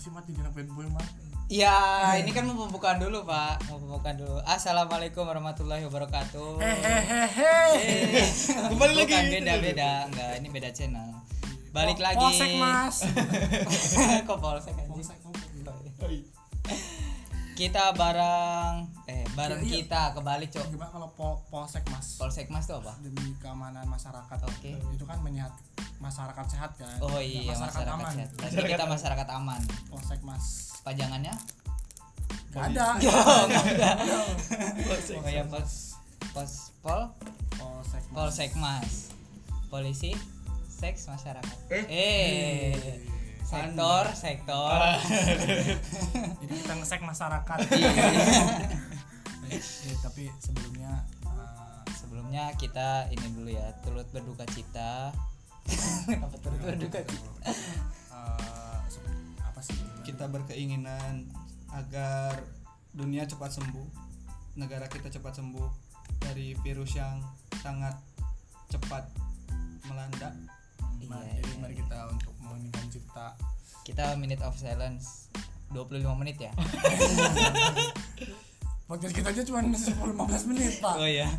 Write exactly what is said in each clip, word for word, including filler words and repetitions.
sih mati dina fanboy mah. Ya, ini kan mau pembukaan dulu, Pak. Mau pembukaan dulu. Assalamualaikum warahmatullahi wabarakatuh. Hehehe. Kembali lagi. Bukan beda-beda. Enggak, ini beda channel. Balik lagi. Polsek, Mas. Kok polsek anjing? Kita bareng eh bareng iya, iya. kita kebalik, Cok. Gimana kalau po- polsek, Mas? Polsek Mas itu apa? Demi keamanan masyarakat. Oke. Itu kan menyehat masyarakat sehat kan. Oh iya, masyarakat, masyarakat aman. sehat. Berarti kita masyarakat aman. Polsek, Mas. Pajangannya? Gak ada. Enggak ada. Oh ya, pos pos pol Polsek, Mas. Polsek Mas. Polisi seks masyarakat. Eh. eh. Sektor, sektor. Jadi kita ngesek masyarakat. eh, tapi sebelumnya uh, Sebelumnya kita ini dulu ya, turut berduka cita. Kenapa turut berduka cita? uh, apa sih? Kita berkeinginan agar dunia cepat sembuh, negara kita cepat sembuh dari virus yang sangat cepat melanda. Iya, Mari, jadi iya, mari iya. kita untuk mengeningkan cipta. Kita minute of silence dua puluh lima menit ya. Podcast kita aja cuma sepuluh sampai lima belas menit, Pak. Oh iya.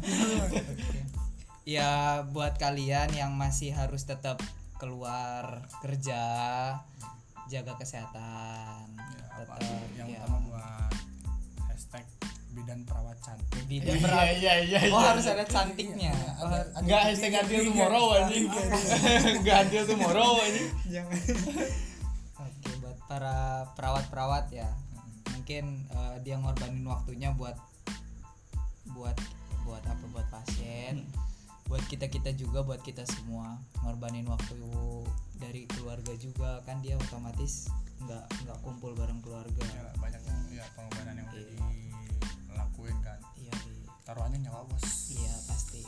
Ya buat kalian yang masih harus tetap keluar kerja, jaga kesehatan. Ya, apa, Tetap yang ya. utama buat hashtag bidan perawat cantik. Bidan perawat. iya iya. Oh harus ada cantiknya. Iya, Oh, ada- ada Enggak tiga- hashtag tiga- until tiga- tomorrow tiga- anjing. tiga- Enggak until tomorrow anjing. Jangan. Oke, buat para perawat-perawat ya. Mungkin uh, dia ngorbanin waktunya buat buat buat apa buat pasien. Buat kita-kita juga, buat kita semua ngorbanin waktu dari keluarga juga kan, dia otomatis nggak nggak kumpul bareng keluarga. Ya, banyak yang ya pengorbanan yang udah Iya. dilakuin kan. Iya, iya. Taruhannya nyawa, Bos. Iya pasti.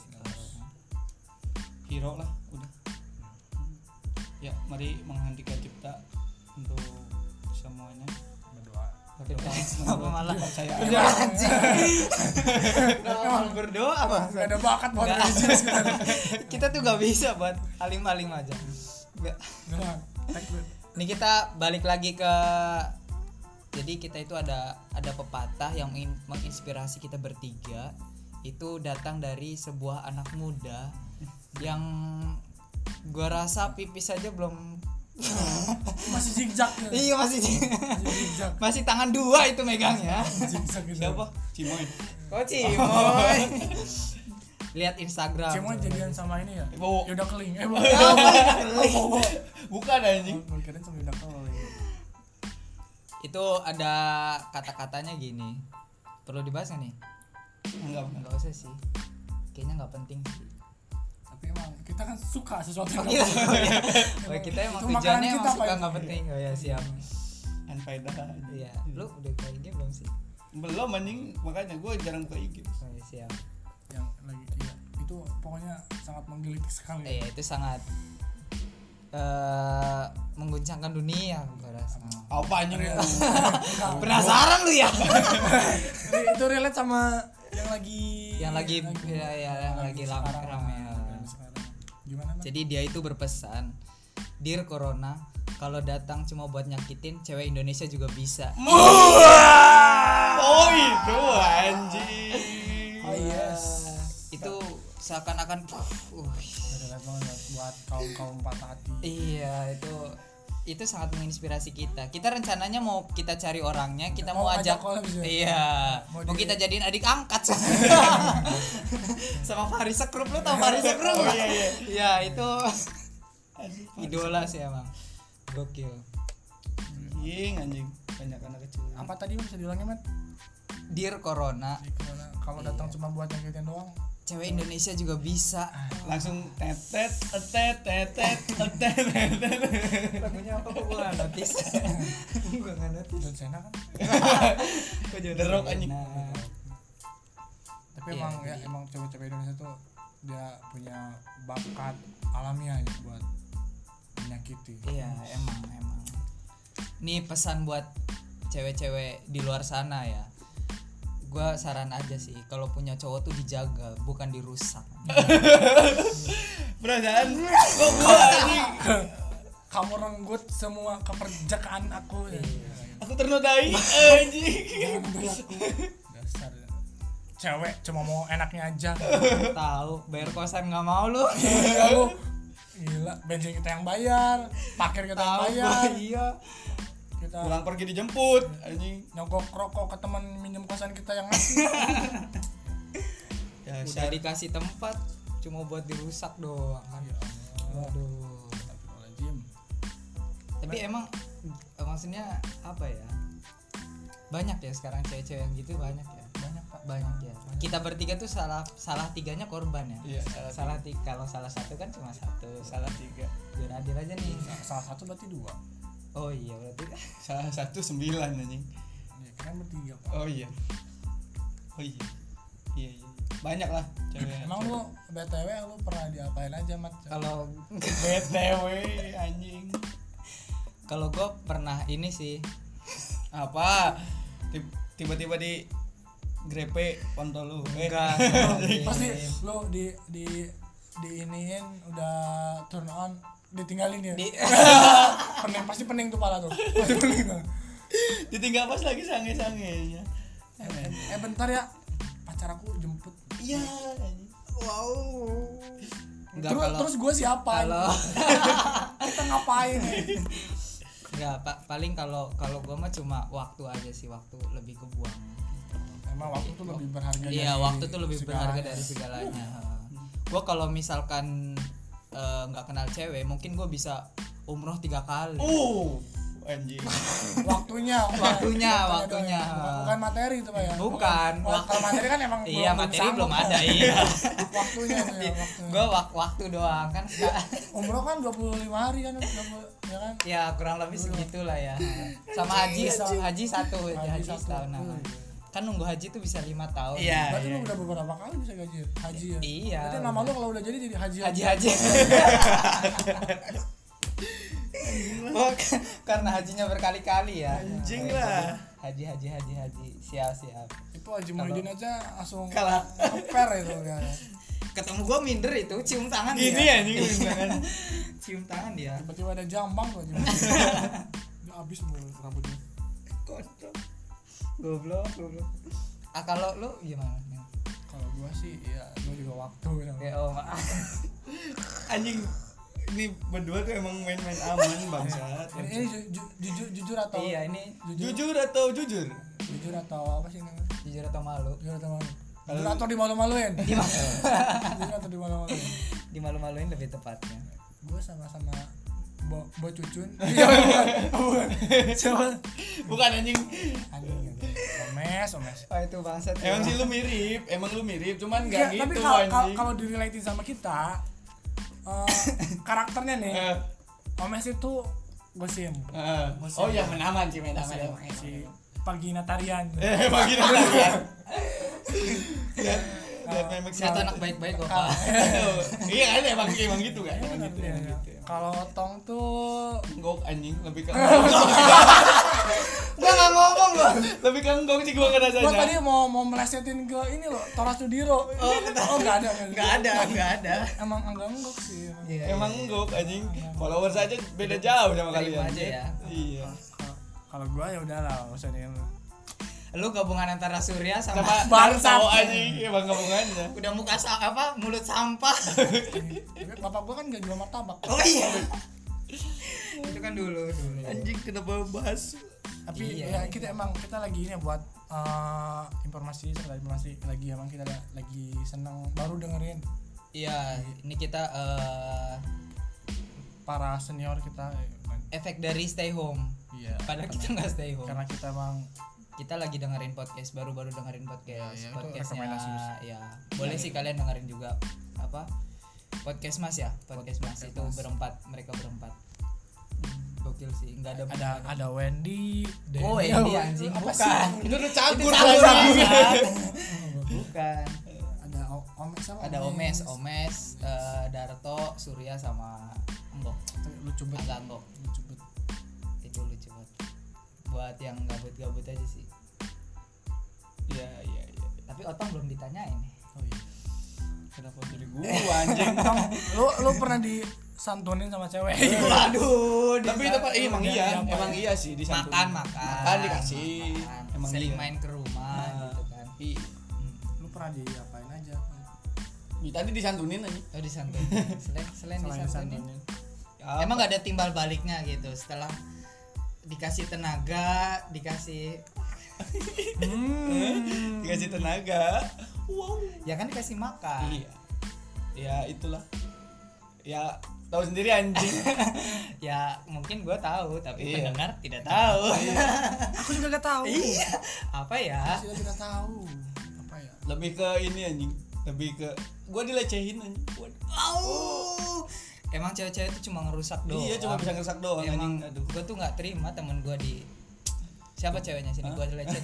Hero lah udah. Ya, mari menghentikan cipta untuk semuanya. Berdoa. Apa malah saya udah anjing. Emang berdoa apa? Gak ada bakat buat Nggak. religius kita. Kita tuh gak bisa buat alim-alim aja. Nggak. Nggak. Tekbir. Ini kita balik lagi ke, jadi kita itu ada ada pepatah yang ingin menginspirasi kita bertiga. Itu datang dari sebuah anak muda yang gua rasa pipis aja belum. Masih zigzag ya. Iya masih Masih zigzag. masih tangan dua itu megangnya. Zigzag gitu. siapa? Cimoy. Oh Cimoy. Lihat Instagram. Cimoy jadian sama ini ya. Bowo. Yuda Keling. Eh, Oh, Bukan anjing. Gue kirain sama Yuda Keling. itu ada kata-katanya gini. Perlu dibahas nggak nih? Enggak, Nggak usah sih. Kayaknya nggak penting sih. Tapi emang kita kan suka sesuatu yang Iya, nggak oh, iya. penting. Oh, kita emang Itu tujuannya makanan emang kita, suka Pak. nggak penting. Oh ya siap. Anfaedah. Iya. Lu udah kayak gini belum sih? Belum anjing, makanya gue jarang buka I G. Oh ya siap. Yang lagi iya. Itu pokoknya sangat menggelitik sekali. Iya itu sangat eh mengguncangkan dunia gua rasa. Apa anjing? Penasaran lu ya? Itu relate sama yang lagi Yang lagi ya, ya yang lagi lam- sekarang. rame ya. Yang sekarang. Gimana? Nak? Jadi dia itu berpesan, "Dear Corona, kalau datang cuma buat nyakitin, cewek Indonesia juga bisa." Oh itu anjing. Oh yes. Itu seakan-akan uh, Relate banget buat kaum-kaum patah hati. iya itu itu sangat menginspirasi kita. Kita rencananya mau kita cari orangnya, kita mau, Mau ajak, ajak collab ya? iya, Mau mau, di- kita jadiin adik angkat sama Faris Sekrup. Lu tau Faris Sekrup? Oh iya iya. Iya itu idola sih emang, gokil. Anjing anjing. Banyak anak kecil. Apa tadi bisa diulangin, Mat? Dear Corona, Jadi karena kalau datang Iya. cuma buat nyakitin doang, cewek Indonesia juga bisa. Langsung tetet tetet tetet tetet tetet. Lagunya apa kok gue gak notice? Gue gak notice. John Cena kan. Kok jadi The Rock anjing. Nah, Tapi Iya, emang ya iya. emang cewek-cewek Indonesia tuh dia punya bakat alamiah ya buat menyakiti. iya emang emang. Nih pesan buat cewek-cewek di luar sana ya. Gua saran aja sih, kalau punya cowok tuh dijaga, bukan dirusak. Perasaan kok gua anjing. Kamu orang merenggut semua keperjakaan aku. Ya. Aku ternodai anjing. Jangan beli aku. Dasar cewek cuma mau enaknya aja. Tahu bayar kosan nggak mau lu. Iya lu. Gila, bensin kita yang bayar, parkir kita yang bayar. Iya. Kita Pulang pergi dijemput anjing. nyogok rokok ke teman minjem kosan kita yang ngasih. Ya, Udah dikasih tempat cuma buat dirusak doang kan. Ya Allah. Waduh. Astagfirullahaladzim. Tapi emang eh, maksudnya apa ya? Banyak ya sekarang cewek-cewek yang gitu banyak ya. Banyak Pak. Banyak ya. Kita bertiga tuh salah salah tiganya korban ya. Iya, salah salah tiga. Kalau salah satu kan cuma satu. salah tiga. Biar adil aja nih. Salah satu berarti dua. Oh iya berarti. Salah satu sembilan anjing. Ya kan bertiga Pak. Oh iya. Oh iya. Iya iya. Banyak lah cewek. Emang lu B T W lu pernah diapain aja Mat? Kalau B T W anjing. kalau gue pernah ini sih. Apa? Tib- Tiba-tiba di grepe kontol lu. Eh. Enggak. Pasti lu di di di iniin udah turn on ditinggalin ya. Di- Pening pasti pening tuh pala tuh. Pasti pening tuh. Ditinggal pas lagi sange-sangenya. Eh, eh bentar ya. Pacar aku jemput. Iya. Wow. Enggak terus kalau terus gue siapa? kalau Kita ngapain? enggak Pak, paling kalau kalau gue mah cuma waktu aja sih, waktu lebih kebuang. Emang waktu tuh lebih berharga. Iya, dari waktu tuh lebih berharga segalanya. dari segalanya. Gue kalau misalkan eh, nggak kenal cewek, mungkin gue bisa umroh tiga kali. Uh, anjing. Waktunya, Waktunya, doang waktunya. ya. Bukan, bukan materi itu Pak ya. Bukan. Wak- Kalau materi kan emang Iya, materi sanggup, belum Pak. ada, iya. Waktunya itu ya, waktunya. Gue wak- waktu doang kan. Umroh kan dua puluh lima hari kan, dua puluh, ya kan? Ya kurang lebih segitulah ya. Sama haji, sama haji satu, haji, Haji haji satu. setahun. Nah. Kan nunggu haji tuh bisa lima tahun. Iya. Berarti lu udah beberapa kali bisa gaji haji ya? Iya. Berarti nama lu kalau udah jadi jadi haji Haji haji. Oh, karena hajinya berkali-kali ya. Anjing lah. Haji haji haji haji. Siap siap. Itu Haji Muhyiddin aja langsung Kalah. per itu kan. Ketemu gua minder itu, cium tangan Gini dia. anjing beneran. Cium tangan dia. Tiba-tiba ada jambang tuh Haji Muhyiddin. Dia habis mulu rambutnya. Kontol. Goblok, goblok. Ah kalau lu gimana? Kalau gua sih ya gua juga waktu gitu. Ya oh maaf. Anjing. Ini berdua tuh emang main-main aman bangsat. Ini, ini ju- ju- jujur jujur atau Iya ini jujur, Jujur atau jujur? jujur atau apa sih namanya? jujur atau malu? Jujur atau malu? Jujur atau dimalu-maluin? Jujur atau dimalu-maluin? Dimalu-maluin lebih tepatnya. Gue sama-sama Bo, Bo Cucun. Iya bukan. Bukan. Siapa? Bukan anjing. Anjing gitu. Omes, Omes. Oh itu bangsat. Emang sih lu mirip, emang lu mirip, cuman enggak Ya, tapi gitu kalau kalau- anjing. kalau direlatin sama kita eh, karakternya nih Eh, Omes itu gosim. eh. Oh iya menaman sih menaman. Si Pagina Tarian. Eh bagi kalian. Lihat lihat memang Si anak baik-baik kok Kalau- Pak. Iya kan emang emang gitu kan. Iya, Emang benar, gitu. iya, emang iya. gitu. Kalau Tong tuh Enggok anjing lebih ke Gua enggak ngomong loh. lebih ke enggok sih gua gua ngerasanya. tadi mau mau melesetin ke ini loh, Tora Sudiro. Oh, oh enggak ada. Enggak ada, enggak ada. Emang enggak enggak sih. emang. Iya, Emang iya. enggok anjing. Followers aja beda jauh sama Terima kalian. aja ya. Iya. Kalau- Kalau gua ya udahlah, enggak usah dia. Lu gabungan antara Surya sama, Sama Bangsat. Darto anjing emang gabungannya. udah muka sa- apa mulut sampah. Bapak gua kan enggak jual martabak. Oh iya. Itu kan dulu dulu. Anjing kenapa bahas Tapi Iya. ya kita emang kita lagi ini ya buat eh, informasi setelah informasi lagi emang kita ada- lagi seneng baru dengerin Iya, ini kita eh, para senior kita. efek dari stay home. Iya. Padahal kita nggak stay home. Karena kita emang Kita lagi dengerin podcast, baru-baru dengerin podcast. Ya, ya, itu Podcastnya rekomendasi sih. ya. Boleh sih kalian dengerin juga apa? Podcast Mas ya, podcast Mas Podcast itu Mas. berempat, mereka berempat. Gokil sih, enggak ada ada ada Wendy, Denny. Oh, Wendy anjing, Apa bukan. sih? itu udah Itu campur campur, anjing. bangsat. Bukan. Ada O- Omes sama Ada Omes, Omes, eh, Darto, Surya sama Enggok. Lucu banget. Agak Enggok. Lucu banget. Itu lucu banget. Buat yang gabut-gabut aja sih. Iya iya iya. Tapi Otong belum ditanyain. Oh iya. Kenapa jadi gua anjing? Tong, lu lu pernah di santunin sama cewek. Waduh, Tapi itu Pak, eh, emang Dia- iya, dia- emang iya sih disantunin. makan makan Makan dikasih. makan. Emang Sering iya. main ke rumah Nah, gitu kan. Iya. Lu pernah diapain aja? Ya, tadi disantunin aja. Oh disantunin. Selain selain Selain disantunin. disantunin. Ya, Emang gak ada timbal baliknya gitu setelah dikasih tenaga, dikasih Hmm. dikasih tenaga. Wow. ya kan dikasih makan. Iya. Ya itulah. Ya tahu sendiri anjing. Ya mungkin gua tahu tapi Iya. pendengar tidak tahu. Aku juga gak tahu. Iya. Apa ya? Aku juga tidak tahu. Apa ya? Lebih ke ini anjing. Lebih ke gua dilecehin anjing. Waduh. Au. Emang cewek-cewek itu cuma ngerusak doang. Iya, cuma bisa ngerusak doang Emang anjing. Aduh. gua tuh nggak terima temen gua di siapa ceweknya sini Hah? gua lecet.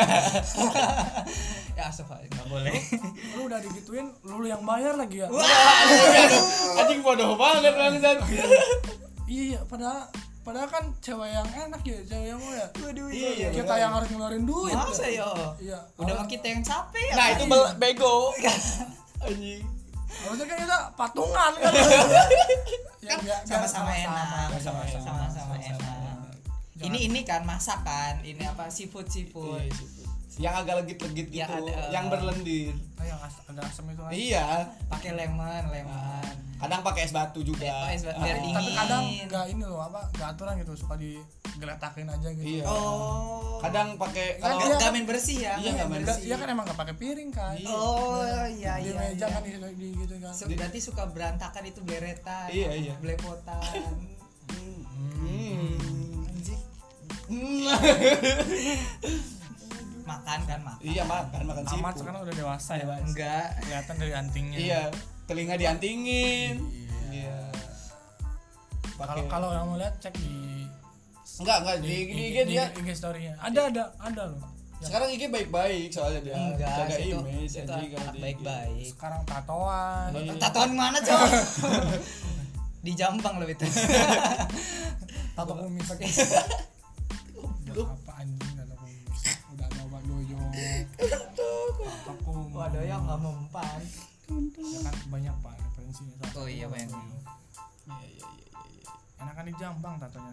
Ya astagfirullah nggak boleh. Lu udah digituin, lu yang bayar lagi ya? Anjing bodoh banget bangsat. Iya, padahal padahal kan cewek yang enak ya, cewek yang mau ya. Waduh, Iya, iya, Kita benar. yang harus ngeluarin duit. Masa ya? yo? Iya. Udah mah kita yang capek ya. Nah, kan? itu bel- bego. Anjing. Harusnya kan kita patungan kan. Ya, Kan biar- biar sama-sama enak, sama-sama, sama-sama enak. Ini ini kan masakan, ini apa seafood seafood. Iya, situ. Yang agak legit-legit gitu, Ya, ada- yang berlendir. Ah, yang as- agak asem itu kan. Iya. Pakai lemon, lemon. Kadang pakai es batu juga. Ya, pakai es batu biar Ah. dingin. Tapi kadang enggak ini loh, apa? Enggak aturan gitu, suka digeletakin aja gitu. Iya. Oh. Kadang pakai Kan kalau dia- Gak main bersih ya? Iya, nggak main Enggak, bersih. iya kan emang enggak pakai piring kan. Iya. Oh iya Di iya. meja iya. kan di, di gitu kan. So, berarti suka berantakan itu bleretan. Iya, iya. Belepotan. Hmm. Anjing. Hmm. Makan kan makan. Iya, makan makan Amat siput. sekarang udah dewasa ya. Enggak. Kelihatan dari antingnya. Iya, telinga diantingin. Iya. Iya. Kalau Pakai- kalau yang mau lihat cek di enggak enggak di, di, I G dia I G story-nya. Ada ada ada loh. sekarang I G baik-baik soalnya dia Enggak, jaga itu, image itu anjing kalau anak di I G. baik-baik. Sekarang tatoan. Iya. Tatoan mana, Cok? Di Jambang lebih tuh. Tato kumis. Udah apa anjing tato kumis. Udah ada obat doyo. Tato kumis. Waduh ya nggak mempan. Ya kan banyak Pak referensinya. Tato Oh iya, doyo. banyak. Iya iya iya iya. Enakan di Jambang tatonya.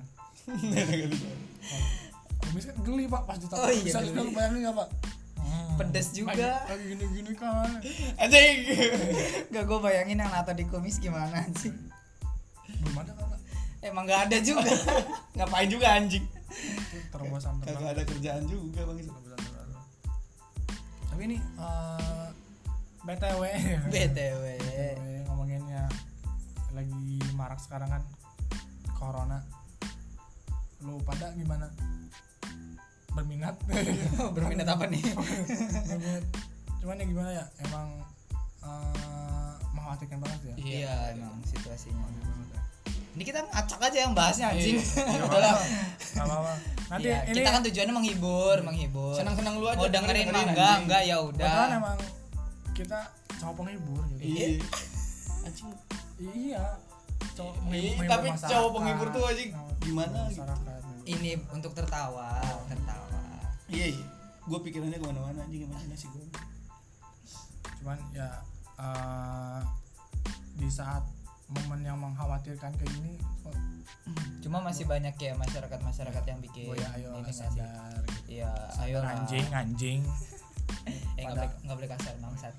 Kumis kan geli Pak pas ditato. Oh iya, Bisa geli. lu bayangin enggak Pak? Hmm. Pedes juga. Lagi, lagi gini-gini kan. Anjing. Gak gue bayangin yang nato di kumis gimana sih. Belum ada kan Pak? Emang nggak ada juga. Ngapain juga anjing? Terobosan Kagak terbang. ada kerjaan juga Bang. Terobosan terbang. Tapi ini eh B T W. B T W. B T W ngomonginnya lagi marak sekarang kan corona. Lu pada gimana? Berminat? Berminat apa nih? Berminat. Cuman ya gimana ya? Emang eh mengkhawatirkan banget ya. Iya emang situasinya. Ini kita ngacak aja yang bahasnya anjing. Ya udahlah. Enggak apa-apa. Nanti Iya, ini kita kan tujuannya menghibur, menghibur. Senang-senang lu aja. Mau dengerin mah dengerin, enggak, anjing. enggak ya kebetulan udah. emang kita cowok penghibur gitu. Iya. Anjing. Iya. Cowok Iya, menghibur tapi masyarakat. cowok penghibur tuh anjing Cowok gimana gitu. masyarakat. Ini untuk tertawa, tertawa. Iya iya. Gue pikirannya kemana-mana anjing imajinasi gue. Cuman ya eh, di saat momen yang mengkhawatirkan kayak gini kok Cuma masih banyak ya masyarakat-masyarakat yang bikin oh ya ayo ini lah nggak sih? sadar gitu. Iya, ayo lah. anjing anjing Eh nggak boleh nggak boleh kasar bangsat.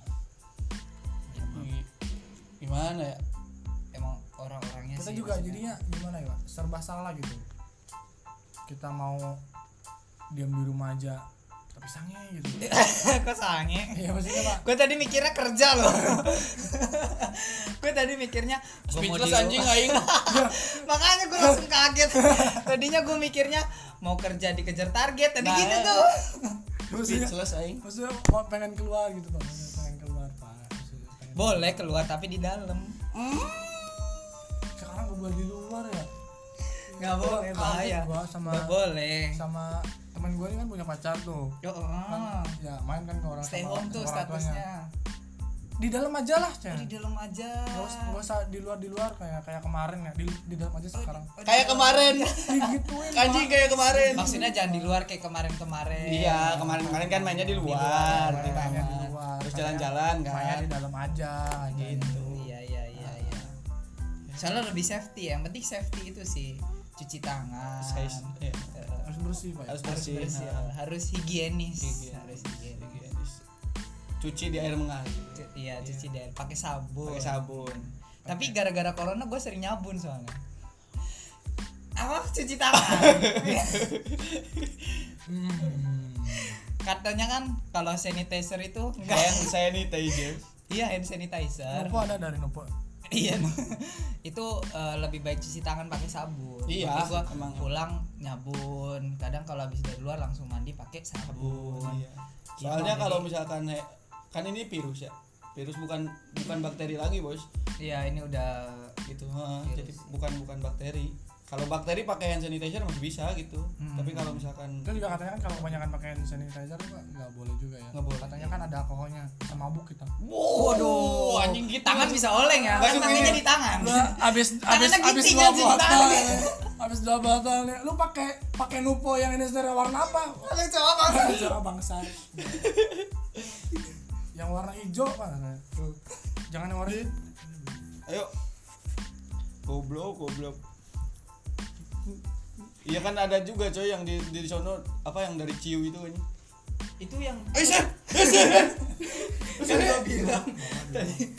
Gi- Gimana ya? Emang orang-orangnya kita sih juga maksudnya. jadinya gimana ya Pak? Serba salah gitu kita mau diam di rumah aja tapi sange gitu Kok sange? iya maksudnya Pak Gue tadi mikirnya kerja loh. Gue tadi mikirnya gua mau Speechless di- anjing aing. Makanya gue langsung kaget. Tadinya gue mikirnya mau kerja dikejar target tadi Nah, gitu ya. tuh. maksudnya Speechless aing. maksudnya mau pengen keluar gitu Pak pengen, pengen keluar Pak Maksudnya pengen- Boleh keluar tapi di dalam. sekarang gue boleh di luar ya Nggak boleh, Kaget bahaya. gua sama Nggak boleh. sama teman gue ini kan punya pacar tuh Yo, kan oh. ya main kan ke orang Stay sama- home tuh sama orang tuanya. statusnya. di dalam aja lah Oh, Cen. di dalam aja. Gak usah, gak usah di luar di luar kayak kayak kemarin ya di di dalam aja sekarang Oh, di Kayak dalam. kemarin. digituin Anjing Pak. kayak kemarin. Maksudnya jangan di luar kayak kemarin-kemarin. Iya, kemarin-kemarin kan mainnya di luar, luar, di mainnya taman. di luar. Terus Kayak jalan-jalan mainnya kan. di dalam aja Gitu. Iya, iya, iya, iya. Ya soalnya lebih safety ya, yang penting safety itu sih, cuci tangan, Size, ya. eh, Harus bersih Pak. Harus harus bersih, bersih, nah. harus higienis, Higienis. harus higienis. Higienis. Cuci di air mengalir. Cu- iya cuci deh pakai sabun. Pakai sabun. Tapi gara-gara corona gue sering nyabun soalnya. Apa cuci tangan? Hmm. Katanya kan kalau sanitizer itu enggak. Hand sanitizer. Iya hand sanitizer. Nopo ada dari Nopo. Iya. Itu eh, lebih baik cuci tangan pakai sabun. Iya, Makanya gua emang. pulang nyabun. Kadang kalau habis dari luar langsung mandi pakai sabun. Iya. Soalnya Gitu, kalau jadi- misalkan he- kan ini virus ya. Virus bukan bukan bakteri lagi, Bos. Iya ini udah Gitu. Heeh, Virus. jadi bukan bukan bakteri. Kalau bakteri pakai hand sanitizer masih bisa gitu. Hmm. Tapi kalau misalkan Itu juga katanya kan kalau kebanyakan pakai hand sanitizer Pak nggak boleh juga ya. Nggak boleh. Katanya kan ada alkoholnya, bisa mabuk kita. waduh anjing gitu. tangan bisa oleng ya. Langsung Kan tangannya gini. di tangan. Gua abis abis Tangannya abis giting dua aja, botol, tangannya. abis dua botol nih, lu pakai pakai Nupo yang ini sebenarnya warna apa? Pakai coba bangsa. Jangan bangsa. Yang warna hijau Pak. Tuh. Jangan yang warna ayo. Goblok, goblok. Iya kan ada juga coy yang di di sono apa yang dari Ciu itu kan. Itu yang Eh, Sir. Kan gua bilang tadi.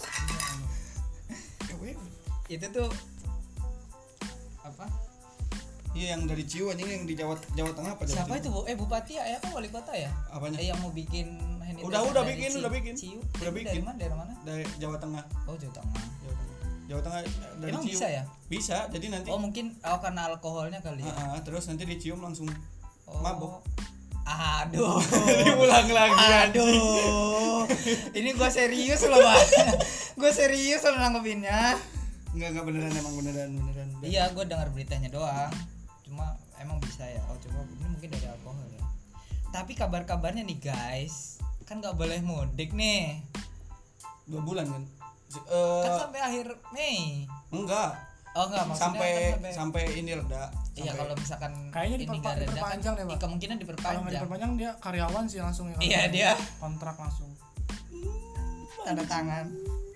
Itu tuh apa? Iya yang dari Ciu anjing yang di Jawa Jawa Tengah apa Jawa Siapa Timur? itu Bu? Eh Bupati ya, ya kan wali kota ya? Apanya? Eh yang mau bikin sanitizer Udah, udah dari bikin, Ciu- udah bikin. Ciu. Udah Itu bikin. Dari mana? Dari mana? Dari Jawa Tengah. Oh Jawa Tengah. Jawa Tengah. Jawa Tengah eh, dari Emang Ciu. bisa ya? Bisa, jadi nanti Oh mungkin oh karena alkoholnya kali ya. Ah, ah, terus nanti dicium langsung Oh. mabok. Aduh. Diulang lagi. Aduh. Ini gua serius loh, Pak. Gua serius loh nanggepinnya. Enggak enggak beneran emang beneran beneran. Iya, gua dengar beritanya doang. Cuma emang bisa ya. Oh, coba ini mungkin dari alkohol ya. Tapi kabar-kabarnya nih, guys. Kan nggak boleh mudik nih. Dua bulan kan. Se- eh, Kan sampai akhir Mei. enggak. Oh, enggak maksudnya Sampai kan sampai ini reda. Iya, Sampai- kalau misalkan Kayaknya ini diperpa- nggak reda kan, diperpanjang deh, Pak. i- kemungkinan Kalau nggak diperpanjang. diperpanjang dia karyawan sih langsung ya. Iya, dia. kontrak langsung. Tanda tangan.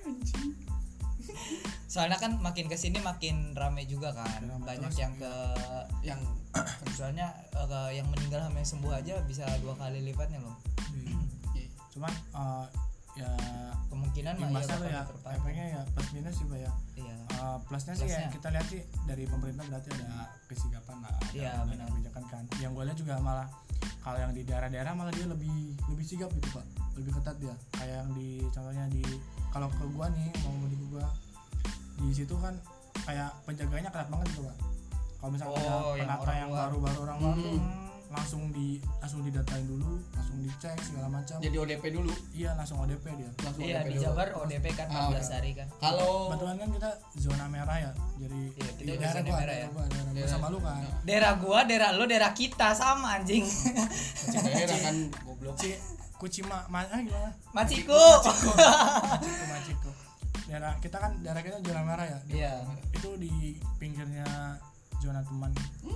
Soalnya kan makin kesini makin rame juga kan. Rame Banyak terus, yang ke yang soalnya eh, ke yang meninggal sama yang sembuh aja bisa dua kali lipatnya loh. Iya. Cuman eh, ya Kemungkinan mah imbasnya tuh bakal ya diperpanjang. efeknya ya plus minus sih Pak ya. Iya. Uh, plusnya sih ya Plusnya. kita lihat sih dari pemerintah berarti ada kesigapan lah, ada Iya, ada benar. kebijakan kan. Yang gue lihat juga malah kalau yang di daerah-daerah malah dia lebih lebih sigap gitu Pak, lebih ketat dia. Kayak yang di contohnya di kalau ke gua nih mau mudik ke gua di situ kan kayak penjaganya ketat banget gitu Pak. Kalau misalnya Oh, ada yang penata orang yang luar. baru-baru orang luar tuh Hmm. langsung di langsung didatain dulu, langsung dicek segala macam. jadi O D P dulu. Iya langsung O D P dia. Langsung Iya O D P di dulu. Jabar O D P kan Ah, empat belas hari kan. Kalau Kebetulan kan kita zona merah ya, jadi Iya, kita di di daerah zona gua, merah daerah ya. gua, daerah gua Daerah- sama lu kan. Daerah gua, daerah lu, daerah kita sama anjing. daerah kan goblok. Ci Kucima mana gimana? Maciku. Maciku, Maciku. Daerah kita kan daerah kita zona merah ya. Iya. Itu di pinggirnya zona teman.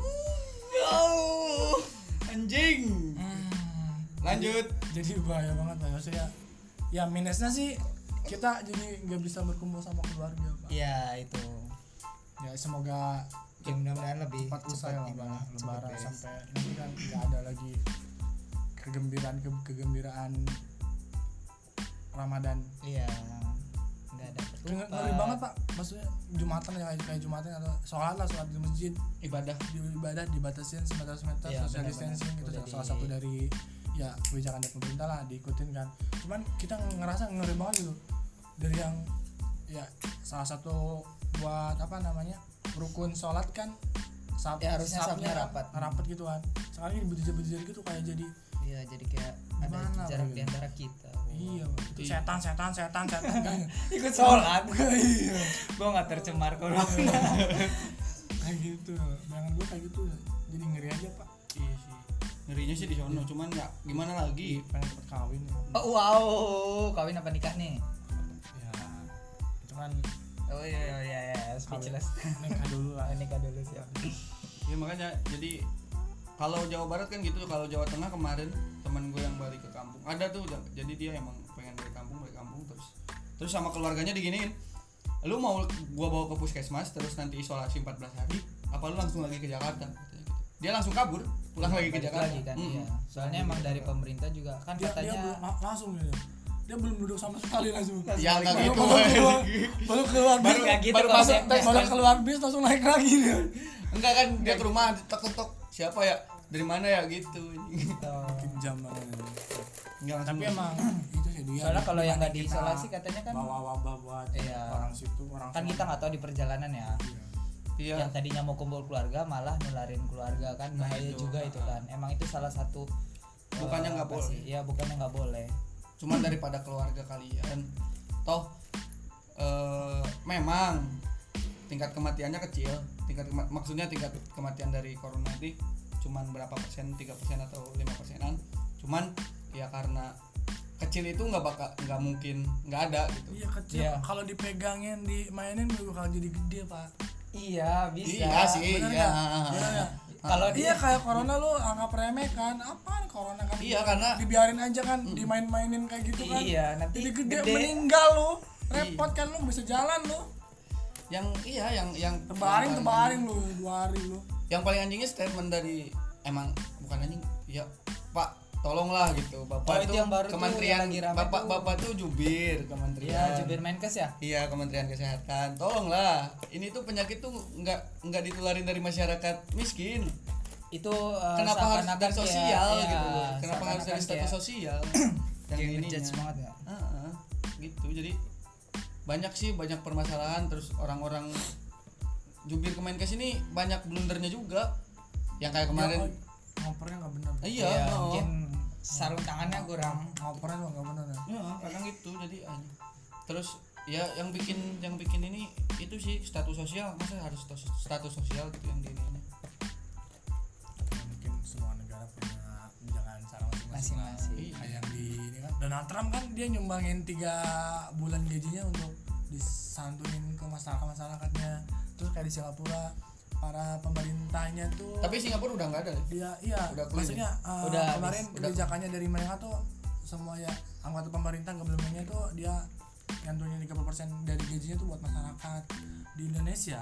Oh. Anjing. Hmm, Lanjut. jadi bahaya banget Pak. Maksudnya ya minusnya sih kita jadi nggak bisa berkumpul sama keluarga Pak. Iya itu. Ya semoga Ya mudah-mudahan lebih cepat usai lah ini, Pak, cepat lebaran beres. sampai nanti kan nggak ada lagi kegembiraan ke kegembiraan Ramadan. Iya. Enggak ada Ngeri ketupat. ngeri banget Pak, maksudnya jumatan ya kayak, kayak jumatan atau sholat lah, sholat di masjid, Ibadah. di ibadah dibatasin semeter semeter, Iya, social benar-benar. distancing gitu, Udah salah di- satu dari ya kebijakan dari pemerintah lah diikutin kan. Cuman kita ngerasa ngeri banget gitu dari yang ya salah satu buat apa namanya rukun sholat kan sab, Ya, harusnya sabnya sabnya kan rapat. rapat gitu kan. Sekarang ini berdiri-berdiri gitu kayak jadi Iya jadi kayak ada Gimana, jarak Bro? di antara kita. iya itu Iya. setan setan setan setan kan. Ikut sholat. Iya. Gua nggak tercemar corona. Kayak gitu bayangan gue kayak gitu jadi ngeri aja Pak. Iya sih. Ngerinya sih di sono, cuman ya gimana lagi? Pengen cepet kawin ya. Oh, wow, kawin apa nikah nih? Ya itu kan Oh iya iya iya, iya. Speechless. nikah dulu lah. Nikah dulu siap. Ya makanya jadi kalau Jawa Barat kan gitu, kalau Jawa Tengah kemarin teman gue yang balik ke kampung ada tuh, jadi dia emang pengen balik kampung balik kampung terus terus sama keluarganya diginiin lu mau gua bawa ke puskesmas terus nanti isolasi empat belas hari apa lu langsung lagi ke Jakarta, dia langsung kabur pulang lagi ke Balik Jakarta lagi kan, Mm. iya. Soalnya emang dari pemerintah juga kan dia, dia katanya belum, la- langsung gitu dia belum duduk sama sekali langsung ya nggak baru, gitu baru keluar baru keluar bis Baru nggak gitu baru konsepnya. masuk baru keluar bis langsung naik lagi dia enggak kan dia ke rumah tok tok tok siapa ya dari mana ya gitu makin jam banget enggak langsung tapi emang itu sih dia soalnya kalau yang nggak dibanding diisolasi kita katanya kan bawa wabah buat Iya. orang situ orang kan sana. kita nggak tahu di perjalanan ya. iya Yang tadinya mau kumpul keluarga malah nularin keluarga kan Nah, bahaya itu. juga itu kan. Emang itu salah satu Bukannya eh, nggak apa boleh. sih? Iya, bukannya nggak boleh. cuman daripada keluarga kalian toh eh, memang tingkat kematiannya kecil tingkat kema- maksudnya tingkat kematian dari corona ini cuman berapa persen tiga persen atau lima persenan cuman ya karena kecil itu nggak bakal nggak mungkin nggak ada gitu iya kecil Iya. kalau dipegangin dimainin bakal jadi gede pak Iya, bisa. iya sih bener iya nggak? Bener nggak? Kalau iya dia kayak corona lu anggap remeh kan apaan corona kan Iya, karena- dibiarin aja kan dimain-mainin kayak gitu kan iya, nanti jadi gede, gede. meninggal lu repot kan lu bisa jalan lu yang iya yang yang tebaring yang paling tebaring lu dua hari lu yang paling anjingnya statement dari emang bukan anjing ya Pak tolonglah gitu Bapak Oh, itu tuh yang baru tuh kementerian yang lagi rame Bapak tuh. Bapak tuh jubir Iya, kementerian jubir Menkes ya? iya Kementerian Kesehatan tolonglah ini tuh penyakit tuh nggak nggak ditularin dari masyarakat miskin Itu eh, kenapa harus seakan-akan dari kayak- sosial iya, gitu loh kenapa harus dari seakan-akan status kayak- sosial yang kayak ininya ngejudge banget ya. Heeh, gitu jadi banyak sih banyak permasalahan terus orang-orang jubir Kemenkes ini banyak blundernya juga yang kayak kemarin Ya, ngopernya nggak bener iya Iya, oh. mungkin sarung tangannya kurang. ngopernya tuh nggak bener ya ya kadang gitu jadi anjing. Terus ya yang bikin yang bikin ini itu sih status sosial masa harus status, status sosial gitu yang di ini mungkin semua negara punya jalan cara masing-masing lah. Masing-masing. Kayak yang di ini kan Donald Trump kan dia nyumbangin tiga bulan gajinya untuk disantunin ke masyarakat masyarakatnya terus kayak di Singapura para pemerintahnya tuh tapi Singapura udah nggak ada deh. dia iya Udah clean maksudnya uh, Udah kemarin habis, udah. kebijakannya dari mereka tuh semua ya anggota pemerintah gabungannya tuh dia nyantunin tiga puluh persen dari gajinya tuh buat masyarakat di Indonesia.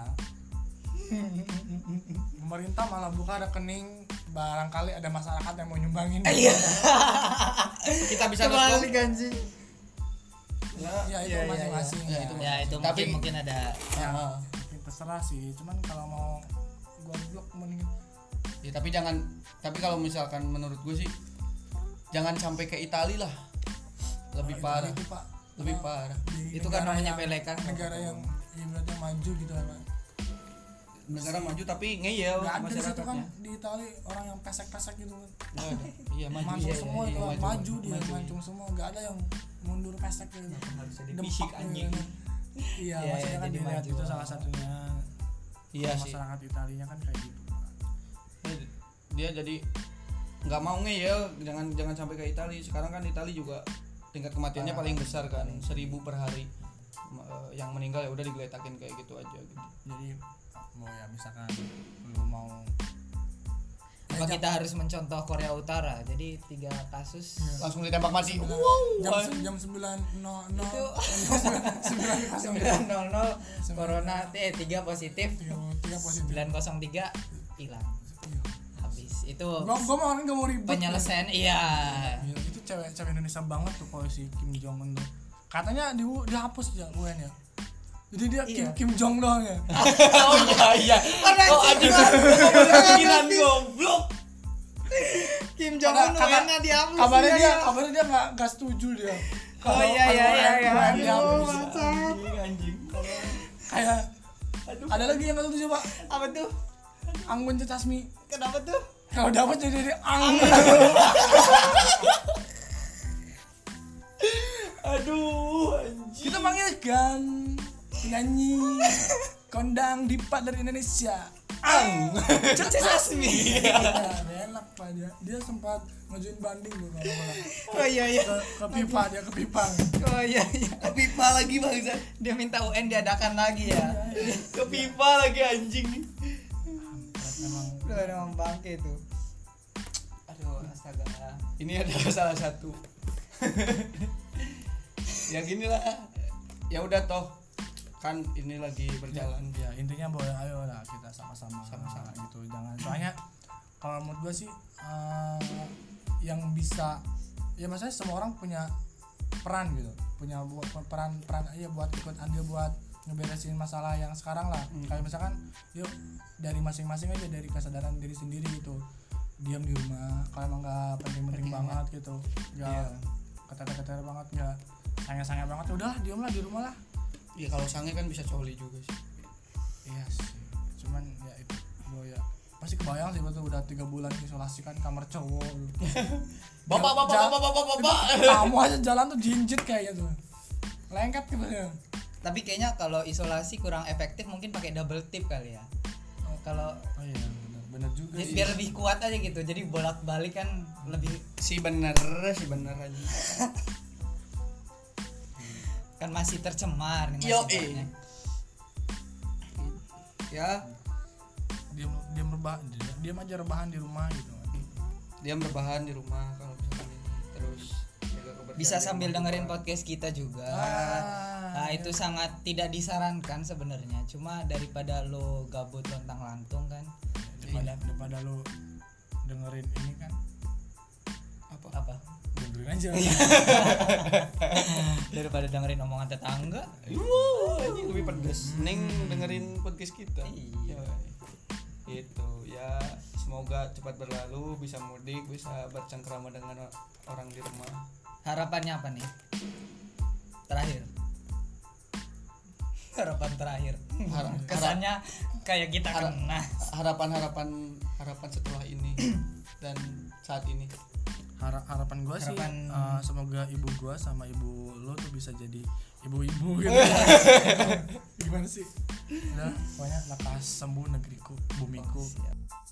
Pemerintah malah buka rekening barangkali ada masyarakat yang mau nyumbangin. Iya. Kita bisa nonton ganji. Ya itu Iya, iya, masing-masing. iya. Ya, Itu Ya itu Tapi- mungkin mungkin ada ya, Ah. mungkin terserah sih. Cuman kalau mau gua blok mending Ya, tapi jangan tapi kalau misalkan menurut gue sih jangan sampai ke Itali lah lebih Oh, parah itu, Pak. lebih Oh, parah di Itu kan negara namanya yang- menyepelekan. negara yang ibaratnya maju gitu kan Pak. negara maju tapi ngeyel Nggak ada di situ kan masyarakatnya di Itali orang yang pesek-pesek gitu kan. Nggak ada. Iya maju Mancung iya, semua iya, itu iya, kan. maju, dia maju. mancung semua nggak ada yang mundur pesek gitu. harus ada Dempak fisik gitu anjing kan. Iya, Iya, maksudnya iya, kan jadi dilihat maju. itu salah satunya. iya Kalau sih masyarakat Italinya kan kayak gitu. Pak. dia jadi nggak mau ngeyel jangan jangan sampai ke Itali sekarang kan Itali juga tingkat kematiannya paling besar kan seribu per hari M- eh, yang meninggal ya udah digeletakin kayak gitu aja gitu Jadi mau ya misalkan lu mau apa Eh, kita harus mencontoh Korea Utara. Jadi tiga kasus langsung ditembak mati jam, wow jam, jam sembilan nol nol Itu. sembilan sembilan nol nol corona eh tiga positif, tiga positif. sembilan nol tiga hilang. Habis. Itu Gua gua mau orang gak mau ribet. penyelesaian iya. Iya, itu cewek cewek Indonesia banget tuh kalau si Kim Jong Un tuh. Katanya di dihapus ya U N ya. Jadi dia Kim Iya. Kim Jong doang ya. oh iya iya oh anjing kepikiran goblok Kim Jong Un U N-nya dihapus. Kabarnya dia kabarnya dia nggak nggak setuju dia. Oh iya iya iya iya. U N Aduh, dihapus. anjing anjing Kayak ada lagi yang nggak setuju Pak. Apa tuh? Anggun Cecasmi. Kenapa tuh? Kalau dapat jadi dia ang. aduh anjing Kita panggilkan penyanyi kondang Dipa dari Indonesia. Ang. Cecasmi. Iya, enak Pak dia. Dia sempat ngajuin banding tuh kalau nggak salah. Oh iya iya. ke, ke pipa dia ke pipa. Oh iya iya. pipa lagi bangsa Dia minta U N diadakan lagi ya. ke pipa lagi anjing Emang Udah emang bangke tuh. Aduh, astaga. ini adalah salah satu ya gini lah ya udah toh kan ini lagi berjalan. Ya intinya bahwa ayo lah kita sama-sama Sama-sama. gitu, jangan soalnya kalau menurut gue sih uh, yang bisa ya maksudnya semua orang punya peran gitu, punya bu- peran peran aja buat ikut andil buat ngeberesin masalah yang sekarang lah. Hmm. Kayak misalkan yuk dari masing-masing aja, dari kesadaran diri sendiri gitu, diam di rumah kalau emang nggak penting-penting Penting banget gitu, nggak Iya. keteter-keteter banget, nggak sange-sange banget, ya udahlah diam lah di rumah lah. Ya kalau sange kan bisa coli juga sih. Iya sih, cuman ya itu gue ya pasti kebayang sih betul udah tiga bulan isolasi kan kamar cowok gitu. Bapak bapak Ja- bapak bapak bapak. Kamu aja jalan tuh jinjit kayaknya tuh, lengket gitu ya. Tapi kayaknya kalau isolasi kurang efektif, mungkin pakai double tip kali ya. Kalau Oh iya benar benar juga bi- sih. biar lebih kuat aja gitu. Jadi bolak-balik kan lebih, Si bener si bener aja. kan masih tercemar nih Yo, masih eh. banyak. Ya, Diam diam rebahan, diam aja rebahan di rumah gitu. dia berbahan di rumah kalau misalkan ini terus jaga kebersihan Bisa di sambil rumah dengerin juga. podcast kita juga. Ah, Nah, itu sangat tidak disarankan sebenarnya. Cuma daripada lo gabut lontang-lantung kan. daripada daripada lu dengerin ini kan Apa? Apa? dengerin aja. Daripada dengerin omongan tetangga. Wow, anjing lebih pedes. Neng dengerin podcast kita. Iya. Itu ya, semoga cepat berlalu, bisa mudik, bisa bercengkrama dengan orang di rumah. Harapannya apa nih? Terakhir. Harapan terakhir. Har- Kesannya kayak kita Har- kena. Harapan-harapan harapan setelah ini dan saat ini. Har- harapan gue sih Harapan- uh, semoga ibu gue sama ibu lo tuh bisa jadi ibu-ibu gitu. Gimana sih? Udah pokoknya lekas sembuh negeriku, bumiku. Siap.